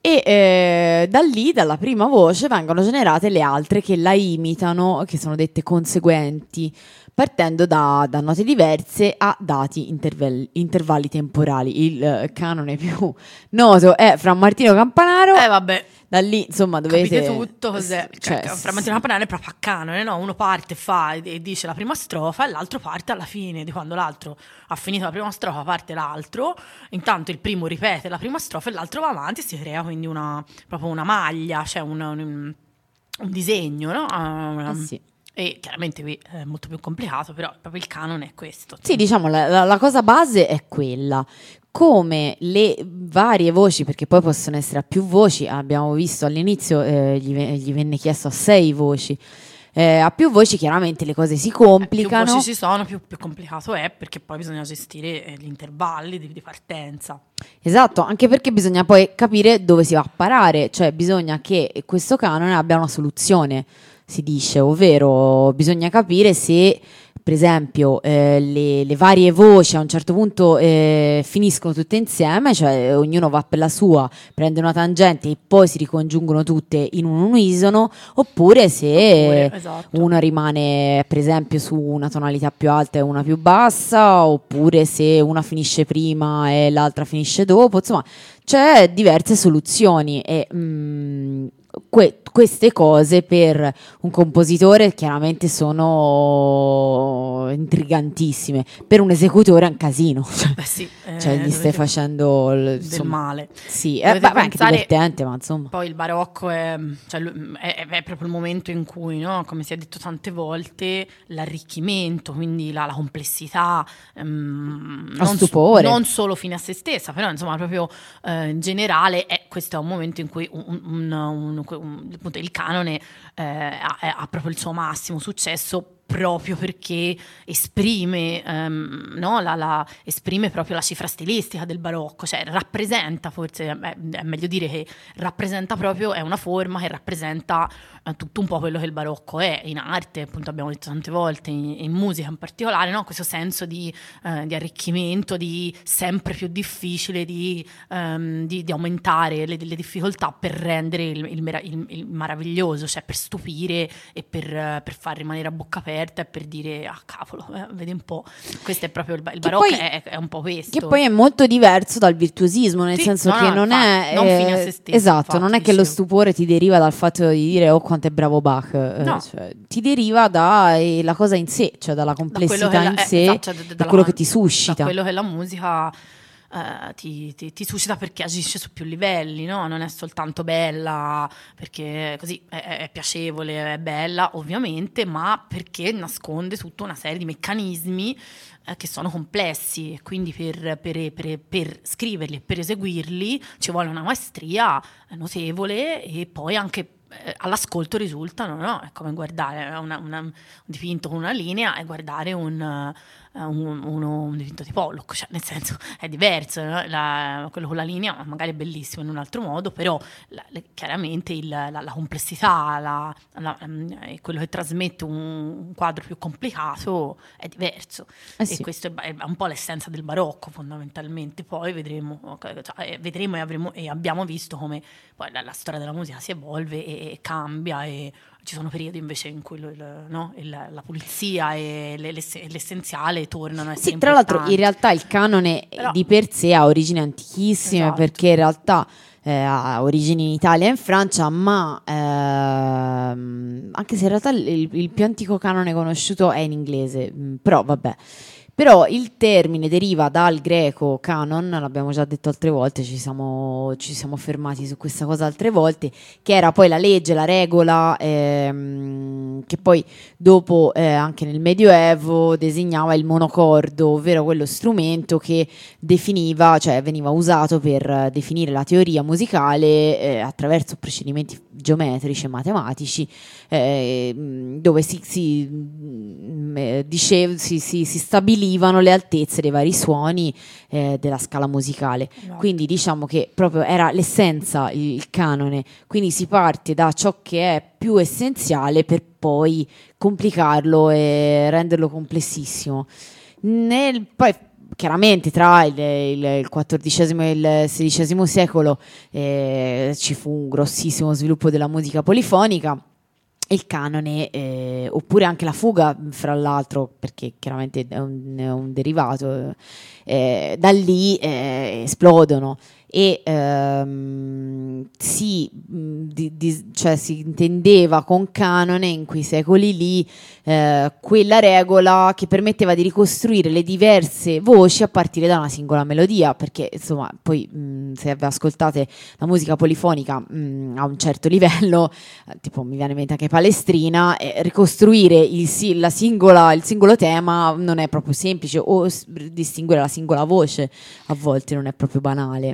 e da lì, dalla prima voce, vengono generate le altre che la imitano, che sono dette conseguenti, partendo da note diverse a dati intervalli temporali. Il canone più noto è Fra Martino Campanaro. Vabbè. Da lì, insomma, dovete... Capite tutto cos'è. Cioè, Fra Martino Campanale è proprio a canone, no? Uno parte, fa e dice la prima strofa e l'altro parte alla fine, di quando l'altro ha finito la prima strofa parte l'altro, intanto il primo ripete la prima strofa e l'altro va avanti e si crea quindi proprio una maglia, cioè un disegno, no? sì. E chiaramente qui è molto più complicato, però proprio il canone è questo. Sì, diciamo, la cosa base è quella. Come le varie voci, perché poi possono essere a più voci, abbiamo visto all'inizio gli venne chiesto a 6 voci. A più voci chiaramente le cose si complicano. Più voci ci sono, più complicato è, perché poi bisogna gestire gli intervalli di partenza. Esatto, anche perché bisogna poi capire dove si va a parare, cioè bisogna che questo canone abbia una soluzione, si dice, ovvero bisogna capire se per esempio le varie voci a un certo punto finiscono tutte insieme, cioè ognuno va per la sua, prende una tangente e poi si ricongiungono tutte in un unisono, oppure se esatto. una rimane per esempio su una tonalità più alta e una più bassa, oppure se una finisce prima e l'altra finisce dopo, insomma c'è diverse soluzioni e queste cose per un compositore chiaramente sono intrigantissime, per un esecutore è un casino, Beh sì, cioè gli stai facendo del insomma, male. sì, Dovete è anche pensare, divertente, ma insomma. poi il barocco cioè, è proprio il momento in cui, no, come si è detto tante volte, l'arricchimento, quindi la complessità, Stupore. non solo fine a se stessa, però insomma proprio in generale questo è un momento in cui appunto, il canone ha proprio il suo massimo successo, proprio perché esprime, no, esprime proprio la cifra stilistica del barocco, cioè rappresenta, forse è meglio dire che rappresenta proprio, è una forma che rappresenta tutto un po' quello che il barocco è in arte, appunto abbiamo detto tante volte, in musica in particolare, no? Questo senso di arricchimento, di sempre più difficile, di aumentare le difficoltà per rendere il meraviglioso, cioè per stupire e per far rimanere a bocca aperta e per dire ah cavolo, vedi un po', questo è proprio il barocco, poi, è un po' questo, che poi è molto diverso dal virtuosismo, nel sì, senso no, che no, non infatti, è non fine a se stesso, esatto, infatti, non è che lo stupore ti deriva dal fatto di dire oh quanto è bravo Bach, no. cioè, ti deriva dalla cosa in sé, cioè dalla complessità in sé, esatto, da quello che ti suscita, da quello che la musica ti suscita, perché agisce su più livelli, no? Non è soltanto bella perché così è piacevole, è bella ovviamente, ma perché nasconde tutta una serie di meccanismi che sono complessi, e quindi per scriverli e per eseguirli ci vuole una maestria notevole, e poi anche all'ascolto risultano, no? È come guardare un dipinto con una linea e guardare un dipinto di Pollock, cioè nel senso è diverso, no? Quello con la linea magari è bellissimo in un altro modo, però chiaramente la complessità, quello che trasmette un quadro più complicato è diverso, sì. e questo è un po' l'essenza del barocco fondamentalmente. Poi vedremo e abbiamo visto come poi la storia della musica si evolve e cambia, e ci sono periodi invece in cui la pulizia e l'essenziale tornano a essere Sì, tra l'altro in importanti. realtà il canone Però, di per sé ha origini antichissime, esatto, perché in realtà ha origini in Italia e in Francia, ma anche se in realtà il più antico canone conosciuto è in inglese, però vabbè. Però il termine deriva dal greco canon, l'abbiamo già detto altre volte, ci siamo fermati su questa cosa altre volte, che era poi la legge, la regola, che poi dopo anche nel Medioevo designava il monocordo, ovvero quello strumento che definiva, cioè veniva usato per definire la teoria musicale attraverso procedimenti geometrici e matematici, dove si stabilivano le altezze dei vari suoni della scala musicale. esatto. Quindi diciamo che proprio era l'essenza, il canone, quindi si parte da ciò che è più essenziale per poi complicarlo e renderlo complessissimo. Poi chiaramente tra il XIV e il XVI secolo ci fu un grossissimo sviluppo della musica polifonica. Il canone, oppure anche la fuga, fra l'altro, perché chiaramente è un derivato, da lì esplodono e cioè si intendeva con canone in quei secoli lì quella regola che permetteva di ricostruire le diverse voci a partire da una singola melodia, perché insomma poi se ascoltate la musica polifonica a un certo livello, tipo mi viene in mente anche Palestrina, ricostruire il singolo tema non è proprio semplice, o distinguere la singola voce a volte non è proprio banale.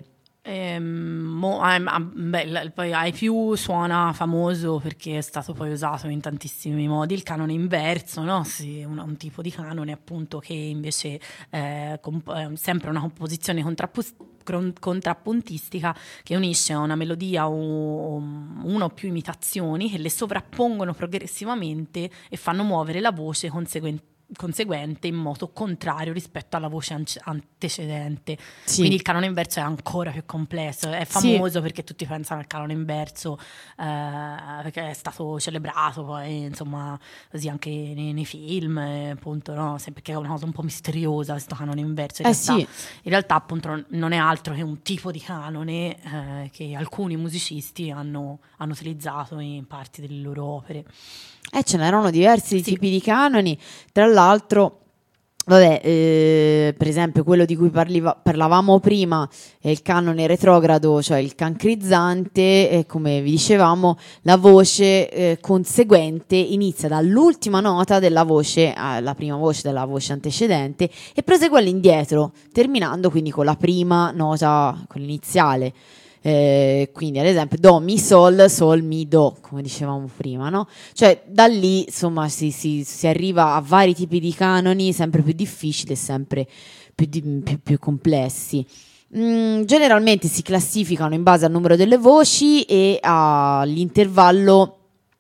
Poi ai più suona famoso perché è stato poi usato in tantissimi modi il canone inverso, no? Sì, un tipo di canone appunto che invece è sempre una composizione contrappuntistica che unisce a una melodia o una o più imitazioni che le sovrappongono progressivamente e fanno muovere la voce conseguente in modo contrario rispetto alla voce antecedente. Sì. Quindi il canone inverso è ancora più complesso, è famoso perché tutti pensano al canone inverso perché è stato celebrato poi insomma così anche nei film appunto, no? Perché è una cosa un po' misteriosa questo canone inverso, in realtà appunto non è altro che un tipo di canone che alcuni musicisti hanno utilizzato in parti delle loro opere. Ce n'erano diversi tipi di canoni, tra l'altro, vabbè, per esempio quello di cui parlavamo prima è il canone retrogrado, cioè il cancrizzante, e come vi dicevamo la voce conseguente inizia dall'ultima nota della voce, la prima voce della voce antecedente, e prosegue all'indietro, terminando quindi con la prima nota, con l'iniziale. Quindi ad esempio do mi sol, sol mi do, come dicevamo prima, no? Cioè da lì insomma si arriva a vari tipi di canoni sempre più difficili e sempre più complessi. Generalmente si classificano in base al numero delle voci e all'intervallo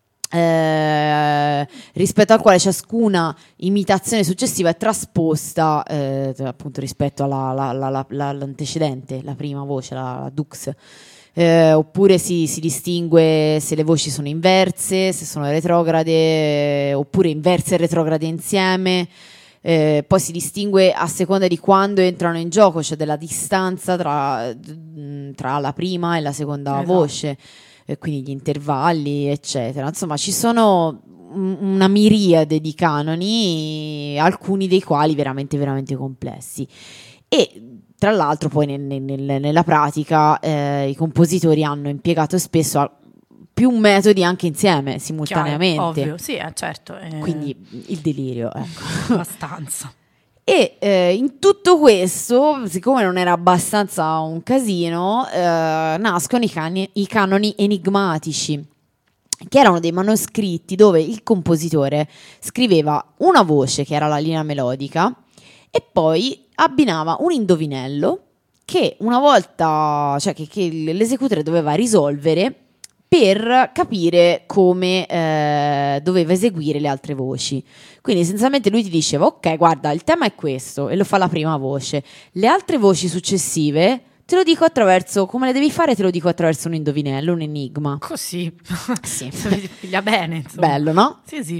rispetto al quale ciascuna imitazione successiva è trasposta appunto rispetto all'antecedente, la prima voce, la dux. Oppure si distingue se le voci sono inverse, se sono retrograde, oppure inverse e retrograde insieme. Poi si distingue a seconda di quando entrano in gioco, cioè della distanza tra la prima e la seconda voce, quindi gli intervalli, eccetera. Insomma, ci sono una miriade di canoni, alcuni dei quali veramente, veramente complessi. E tra l'altro poi nella pratica i compositori hanno impiegato spesso più metodi anche insieme, simultaneamente. Chiaro, ovvio, sì, certo. Quindi il delirio, ecco. Abbastanza. E in tutto questo, siccome non era abbastanza un casino, nascono i canoni enigmatici, che erano dei manoscritti dove il compositore scriveva una voce, che era la linea melodica, e poi abbinava un indovinello che una volta, cioè che l'esecutore doveva risolvere per capire come doveva eseguire le altre voci. Quindi essenzialmente lui ti diceva: ok, guarda, il tema è questo, e lo fa la prima voce. Le altre voci successive te lo dico attraverso, come le devi fare, te lo dico attraverso un indovinello, un enigma. Così. Sì. Figlia bene, insomma. Bello, no? Sì, sì.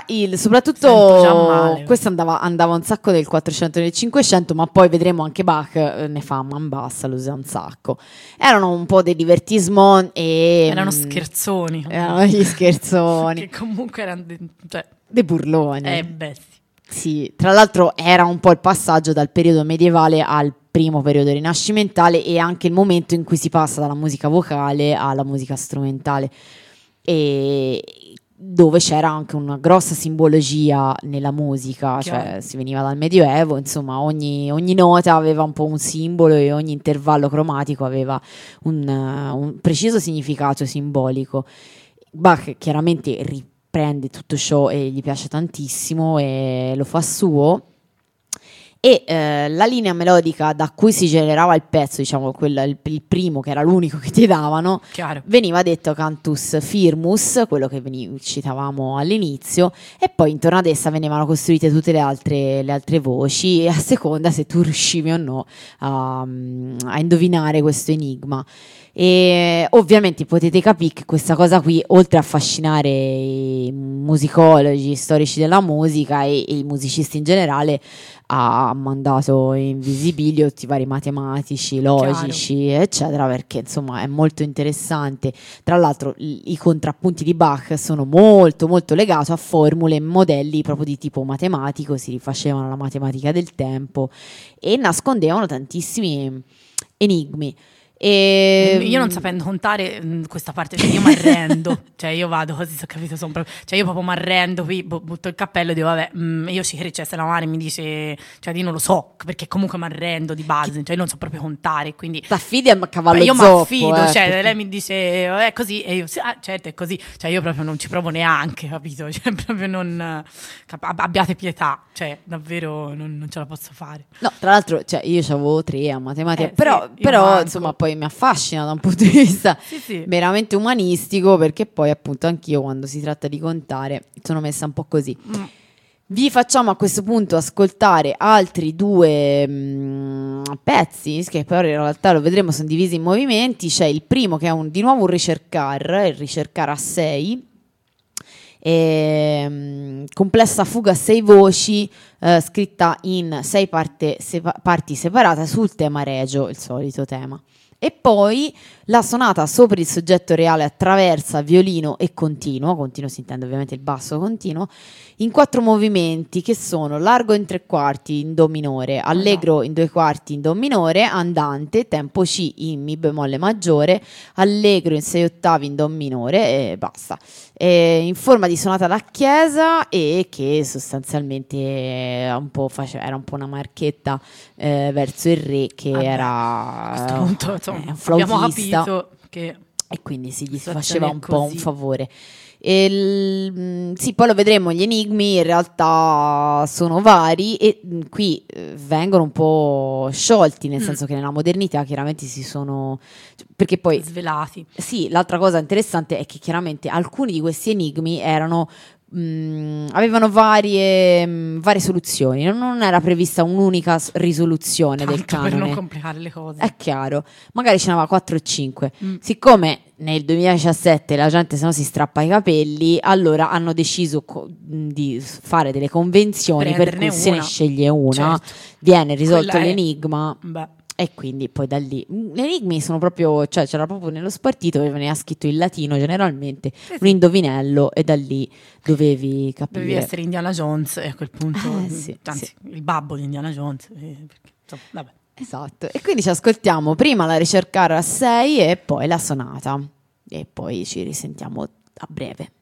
Soprattutto questo andava un sacco nel 400 e nel 500, ma poi vedremo anche Bach ne fa a man bassa, lo usa un sacco. Erano un po' dei divertissement e erano scherzoni. Erano gli scherzoni. Che comunque erano dei burloni. Beh, sì, tra l'altro era un po' il passaggio dal periodo medievale al primo periodo rinascimentale, e anche il momento in cui si passa dalla musica vocale alla musica strumentale, e dove c'era anche una grossa simbologia nella musica. Chiaro. Cioè si veniva dal Medioevo, insomma ogni nota aveva un po' un simbolo e ogni intervallo cromatico aveva un preciso significato simbolico. Bach chiaramente riprende tutto ciò e gli piace tantissimo e lo fa suo. E la linea melodica da cui si generava il pezzo, diciamo il primo, che era l'unico che ti davano, chiaro, veniva detto cantus firmus, quello che citavamo all'inizio, e poi intorno ad essa venivano costruite tutte le altre voci, a seconda se tu riuscivi o no a indovinare questo enigma. E ovviamente potete capire che questa cosa qui, oltre a affascinare i musicologi, storici della musica e i musicisti in generale, ha mandato in visibilio tutti i vari matematici, logici, chiaro, eccetera, perché insomma è molto interessante. Tra l'altro i contrappunti di Bach sono molto molto legati a formule e modelli proprio di tipo matematico, si rifacevano alla matematica del tempo e nascondevano tantissimi enigmi. Io non sapendo contare questa parte, cioè io mi arrendo, cioè io vado così, ho capito, cioè io proprio mi arrendo, qui butto il cappello e dico vabbè, io ci credo, cioè se la Mare mi dice, cioè io non lo so, perché comunque mi arrendo di base, cioè io non so proprio contare, quindi t'affidi a cavallo io mi zoppo, affido, cioè perché lei mi dice è così e io sì, certo è così, cioè io proprio non ci provo neanche, capito, cioè proprio non abbiate pietà, cioè davvero non ce la posso fare. No, tra l'altro, cioè io c'avevo 3 a matematica, però manco. Insomma poi mi affascina da un punto di vista sì, veramente umanistico, perché poi appunto anch'io quando si tratta di contare sono messa un po' così. Vi facciamo a questo punto ascoltare altri due pezzi, che però in realtà lo vedremo, sono divisi in movimenti. C'è il primo che è di nuovo un ricercar, il ricercar a 6, complessa fuga a 6 voci, scritta in 6 parti separate sul tema regio, il solito tema. E poi la sonata sopra il soggetto reale attraversa violino e continuo si intende ovviamente il basso continuo, in 4 movimenti che sono largo in 3/4 in do minore, allegro in 2/4 in do minore, andante, tempo C in mi bemolle maggiore, allegro in 6/8 in do minore e basta. In forma di sonata da chiesa, e che sostanzialmente era un po' una marchetta verso il re, che era a questo punto, insomma, un flautista, abbiamo capito che e quindi gli situazione faceva un po' un così. favore. Sì, poi lo vedremo, gli enigmi in realtà sono vari e qui vengono un po' sciolti, nel senso che nella modernità chiaramente si sono, perché poi svelati. sì, l'altra cosa interessante è che chiaramente alcuni di questi enigmi avevano varie soluzioni, non era prevista un'unica risoluzione del Tanto per canone. non complicare le cose. È chiaro, magari ce n'aveva 4 o 5. Siccome nel 2017 la gente se no si strappa i capelli, allora hanno deciso di fare delle convenzioni per cui se ne sceglie una, certo. viene risolto Quella è- l'enigma. Beh, E quindi poi da lì gli enigmi sono proprio, cioè c'era proprio nello spartito, veniva scritto in latino generalmente, un indovinello, e da lì dovevi capire. dovevi essere Indiana Jones e a quel punto, Sì, anzi, sì. il babbo di Indiana Jones. Perché, insomma, vabbè. Esatto, e quindi ci ascoltiamo prima la ricercare a 6 e poi la sonata, e poi ci risentiamo a breve.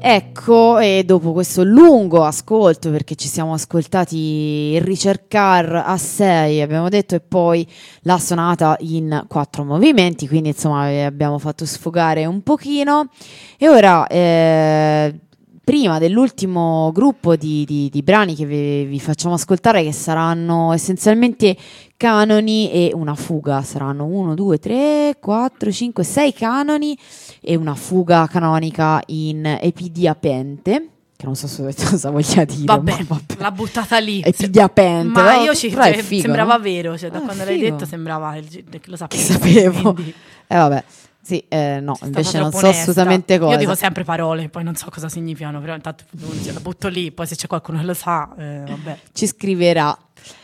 Ecco, e dopo questo lungo ascolto, perché ci siamo ascoltati il ricercar a 6, abbiamo detto, e poi la sonata in 4 movimenti, quindi insomma abbiamo fatto sfogare un pochino. E ora, prima dell'ultimo gruppo di brani che vi facciamo ascoltare, che saranno essenzialmente canoni e una fuga, saranno 1, 2, 3, 4, 5, 6 canoni e una fuga canonica in epidiapente, che non so cosa voglia dire. Vabbè, l'ha buttata lì. Epidiapente. Ma io figo, sembrava no? vero, cioè da quando l'hai detto sembrava che lo sapevo. Che sapevo. Vabbè. Sì, no, invece non so onesta. Assolutamente cosa. Io dico sempre parole, poi non so cosa significano, però intanto la butto lì, poi se c'è qualcuno che lo sa, vabbè. Ci scriverà.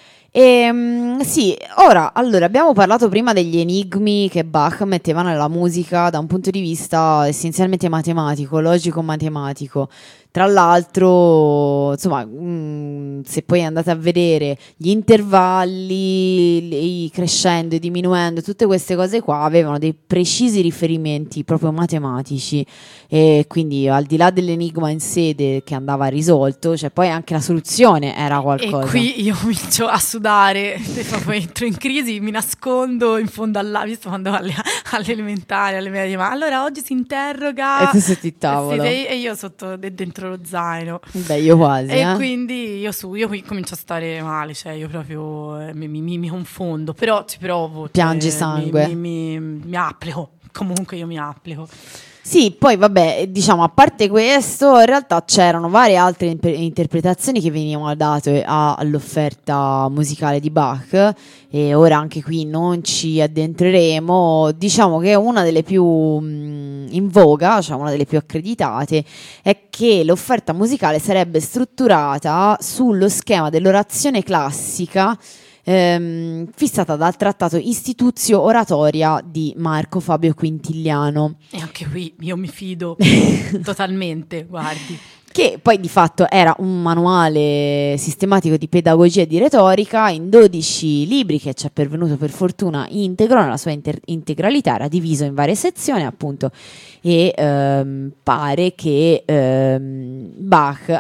Sì, ora, allora, abbiamo parlato prima degli enigmi che Bach metteva nella musica da un punto di vista essenzialmente matematico, logico-matematico. Tra l'altro, insomma, se poi andate a vedere gli intervalli, i crescendo e diminuendo, tutte queste cose qua avevano dei precisi riferimenti proprio matematici, e quindi al di là dell'enigma in sé che andava risolto, cioè poi anche la soluzione era qualcosa. E qui io comincio a sudare, proprio entro in crisi, mi nascondo in fondo visto quando alle elementari, alle medie, ma allora oggi si interroga. E tu sotto il tavolo. E io sotto dentro lo zaino. Beh, io quasi. E quindi io comincio a stare male, cioè io proprio mi confondo, però ci provo. Piangi sangue. Mi applico, comunque io mi applico. Sì, poi vabbè, diciamo, a parte questo, in realtà c'erano varie altre interpretazioni che venivano date all'offerta musicale di Bach, e ora anche qui non ci addentreremo. Diciamo che una delle più in voga, cioè una delle più accreditate, è che l'offerta musicale sarebbe strutturata sullo schema dell'orazione classica fissata dal trattato Institutio Oratoria di Marco Fabio Quintiliano. E anche qui io mi fido totalmente, guardi. Che poi di fatto era un manuale sistematico di pedagogia e di retorica in 12 libri, che ci è pervenuto per fortuna integro nella sua integralità, era diviso in varie sezioni appunto, e pare che Bach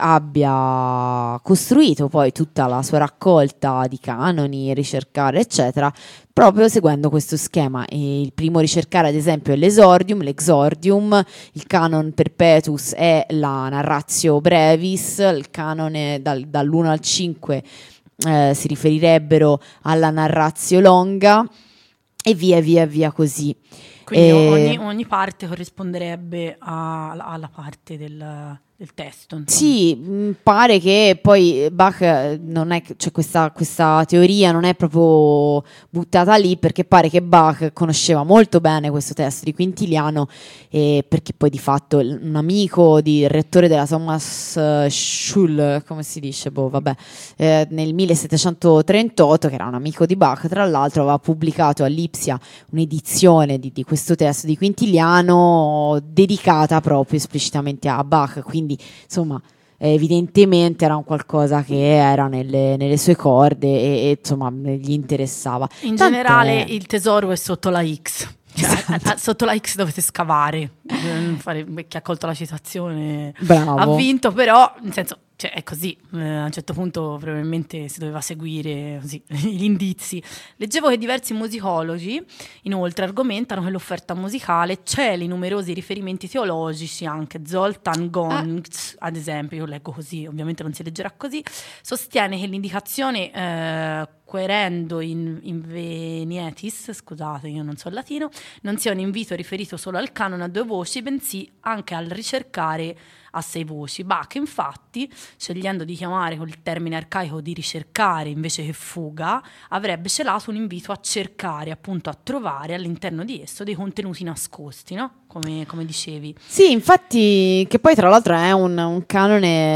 abbia costruito poi tutta la sua raccolta di canoni, ricercare eccetera, proprio seguendo questo schema. E il primo ricercare ad esempio è l'exordium, il canon perpetuus è la narratio brevis, il canone dall'1 al 5 si riferirebbero alla narratio longa, e via così. Quindi ogni parte corrisponderebbe alla parte del testo. Insomma. Sì, pare che poi Bach non è, cioè questa teoria non è proprio buttata lì, perché pare che Bach conosceva molto bene questo testo di Quintiliano, perché poi di fatto un amico di rettore della Thomas Schule, come si dice, nel 1738, che era un amico di Bach, tra l'altro aveva pubblicato a Lipsia un'edizione di questo testo di Quintiliano dedicata proprio esplicitamente a Bach, quindi insomma evidentemente era un qualcosa che era nelle sue corde e insomma gli interessava. In generale il tesoro è sotto la X. Cioè, sotto la X dovete scavare. Chi ha colto la citazione bravo. Ha vinto, però nel senso, cioè, è così, a un certo punto probabilmente si doveva seguire così, gli indizi. Leggevo che diversi musicologi inoltre argomentano che l'offerta musicale celi numerosi riferimenti teologici, anche Zoltán Göncz ad esempio, io leggo così, ovviamente non si leggerà così, sostiene che l'indicazione querendo in venietis, scusate io non so il latino, non sia un invito riferito solo al canone a 2 voci, bensì anche al ricercare a 6 voci. Bach infatti, scegliendo di chiamare col termine arcaico di ricercare invece che fuga, avrebbe celato un invito a cercare, appunto a trovare all'interno di esso dei contenuti nascosti, no? Come dicevi. Sì, infatti, che poi tra l'altro è un canone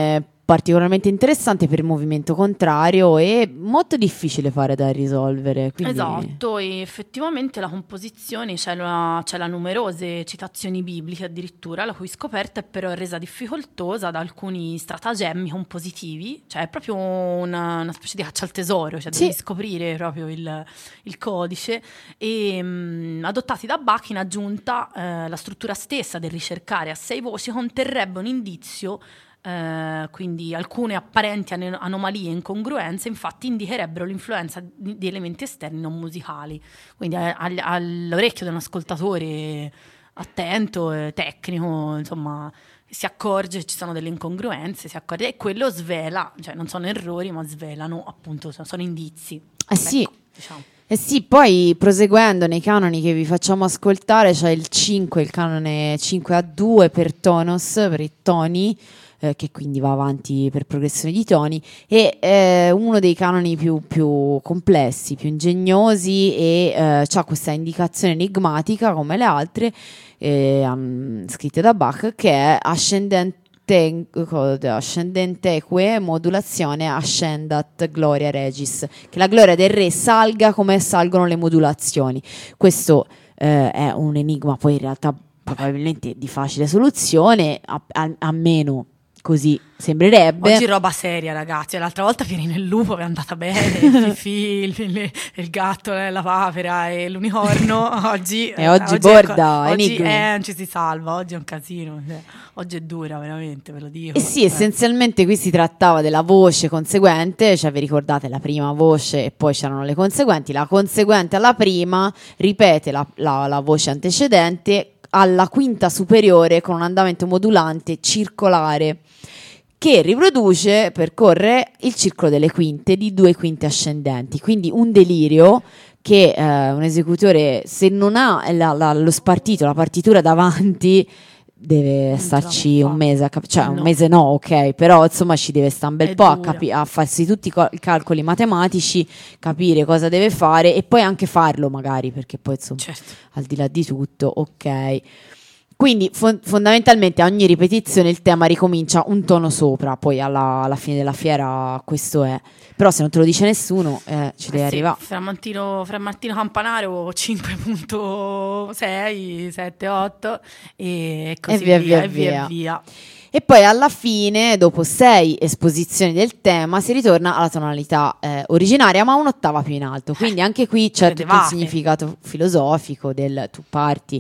particolarmente interessante per il movimento contrario e molto difficile fare da risolvere. Quindi... Esatto, e effettivamente la composizione c'è la numerose citazioni bibliche addirittura, la cui scoperta è però resa difficoltosa da alcuni stratagemmi compositivi, cioè è proprio una specie di caccia al tesoro, cioè devi scoprire proprio il codice, e adottati da Bach in aggiunta la struttura stessa del ricercare a 6 voci conterrebbe un indizio. Quindi alcune apparenti anomalie e incongruenze infatti indicherebbero l'influenza di elementi esterni non musicali, quindi all'orecchio di un ascoltatore attento, tecnico, insomma, si accorge che ci sono delle incongruenze, si accorge, e quello svela, cioè non sono errori ma svelano, appunto, sono indizi. Sì. Ecco, diciamo. Eh sì, poi proseguendo nei canoni che vi facciamo ascoltare, c'è il 5, il canone 5A2 per tonos, per i toni, che quindi va avanti per progressione di toni, e uno dei canoni più complessi, più ingegnosi, e ha questa indicazione enigmatica come le altre scritte da Bach, che è ascendenteque modulazione ascendat gloria regis, che la gloria del re salga come salgono le modulazioni. Questo è un enigma poi in realtà probabilmente di facile soluzione, a meno così sembrerebbe. Oggi roba seria, ragazzi. L'altra volta Pierino il lupo è andata bene, il Fifi, il gatto, la papera e l'unicorno. Oggi borda oggi enigmi. Non ci si salva, oggi è un casino, cioè, oggi è dura veramente, ve lo dico. Sì, essenzialmente qui si trattava della voce conseguente, cioè vi ricordate la prima voce e poi c'erano le conseguenti, la conseguente alla prima ripete la voce antecedente alla quinta superiore con un andamento modulante circolare che percorre il circolo delle quinte di 2 quinte ascendenti, quindi un delirio che un esecutore, se non ha lo spartito, la partitura davanti, deve starci un mese, un mese no, ok, però insomma ci deve stare un bel po' a farsi tutti i calcoli matematici, capire cosa deve fare e poi anche farlo magari, perché poi insomma al di là di tutto, ok. Quindi fondamentalmente a ogni ripetizione il tema ricomincia un tono sopra, poi alla fine della fiera questo è. Però se non te lo dice nessuno ci devi arrivare. Fra Martino Campanaro 5.6, 7, 8 e così via. E poi alla fine, dopo 6 esposizioni del tema, si ritorna alla tonalità originaria, ma un'ottava più in alto. Quindi anche qui c'è tutto il significato filosofico del tu parti,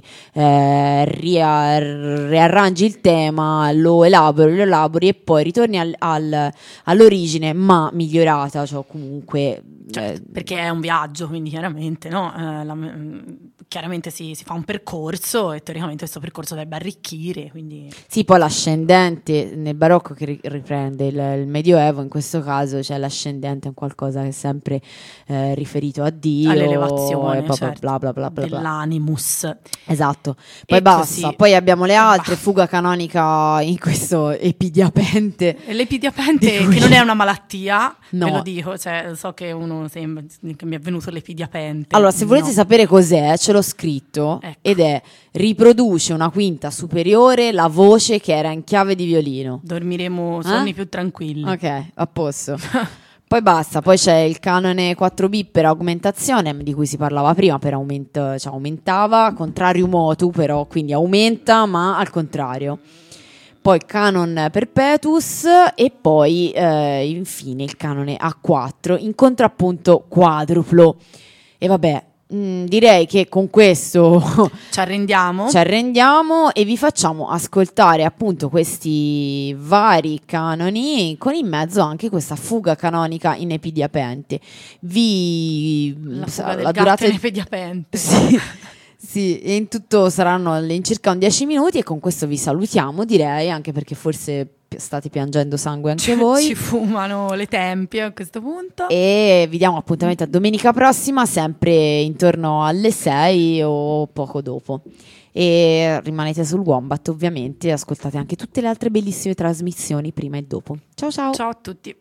riarrangi il tema, lo elabori e poi ritorni all'origine, ma migliorata, cioè comunque... perché è un viaggio, quindi chiaramente, no? Chiaramente si fa un percorso e teoricamente questo percorso deve arricchire. Quindi... Sì, poi l'ascendente nel barocco che riprende il medioevo, in questo caso c'è l'ascendente, è un qualcosa che è sempre riferito a Dio, all'elevazione, bla bla bla bla dell'animus. Esatto. Poi basta, poi abbiamo le altre, fuga canonica in questo epidiapente. L'epidiapente che non è una malattia, ve lo dico, cioè so che uno sembra che mi è venuto l'epidiapente. Allora, se volete sapere cos'è, ce l'ho scritto, ed è: riproduce una quinta superiore la voce che era in chiave di violino. Dormiremo sonni più tranquilli. Ok, a posto. Poi basta, poi c'è il canone 4B per augmentazione, di cui si parlava prima, per aumentava, contrario motu però, quindi aumenta ma al contrario. Poi il canon perpetuus e poi infine il canone A4 in contrappunto quadruplo. E vabbè, direi che con questo ci arrendiamo e vi facciamo ascoltare appunto questi vari canoni con in mezzo anche questa fuga canonica in epidiapente. La fuga del gatto in epidiapente. Sì, e in tutto saranno all'incirca 10 minuti e con questo vi salutiamo, direi, anche perché forse state piangendo sangue anche voi. Ci fumano le tempie a questo punto. E vi diamo appuntamento a domenica prossima, sempre intorno alle 6 o poco dopo. E rimanete sul Wombat, ovviamente, ascoltate anche tutte le altre bellissime trasmissioni prima e dopo. Ciao ciao! Ciao a tutti!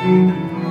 Ciao.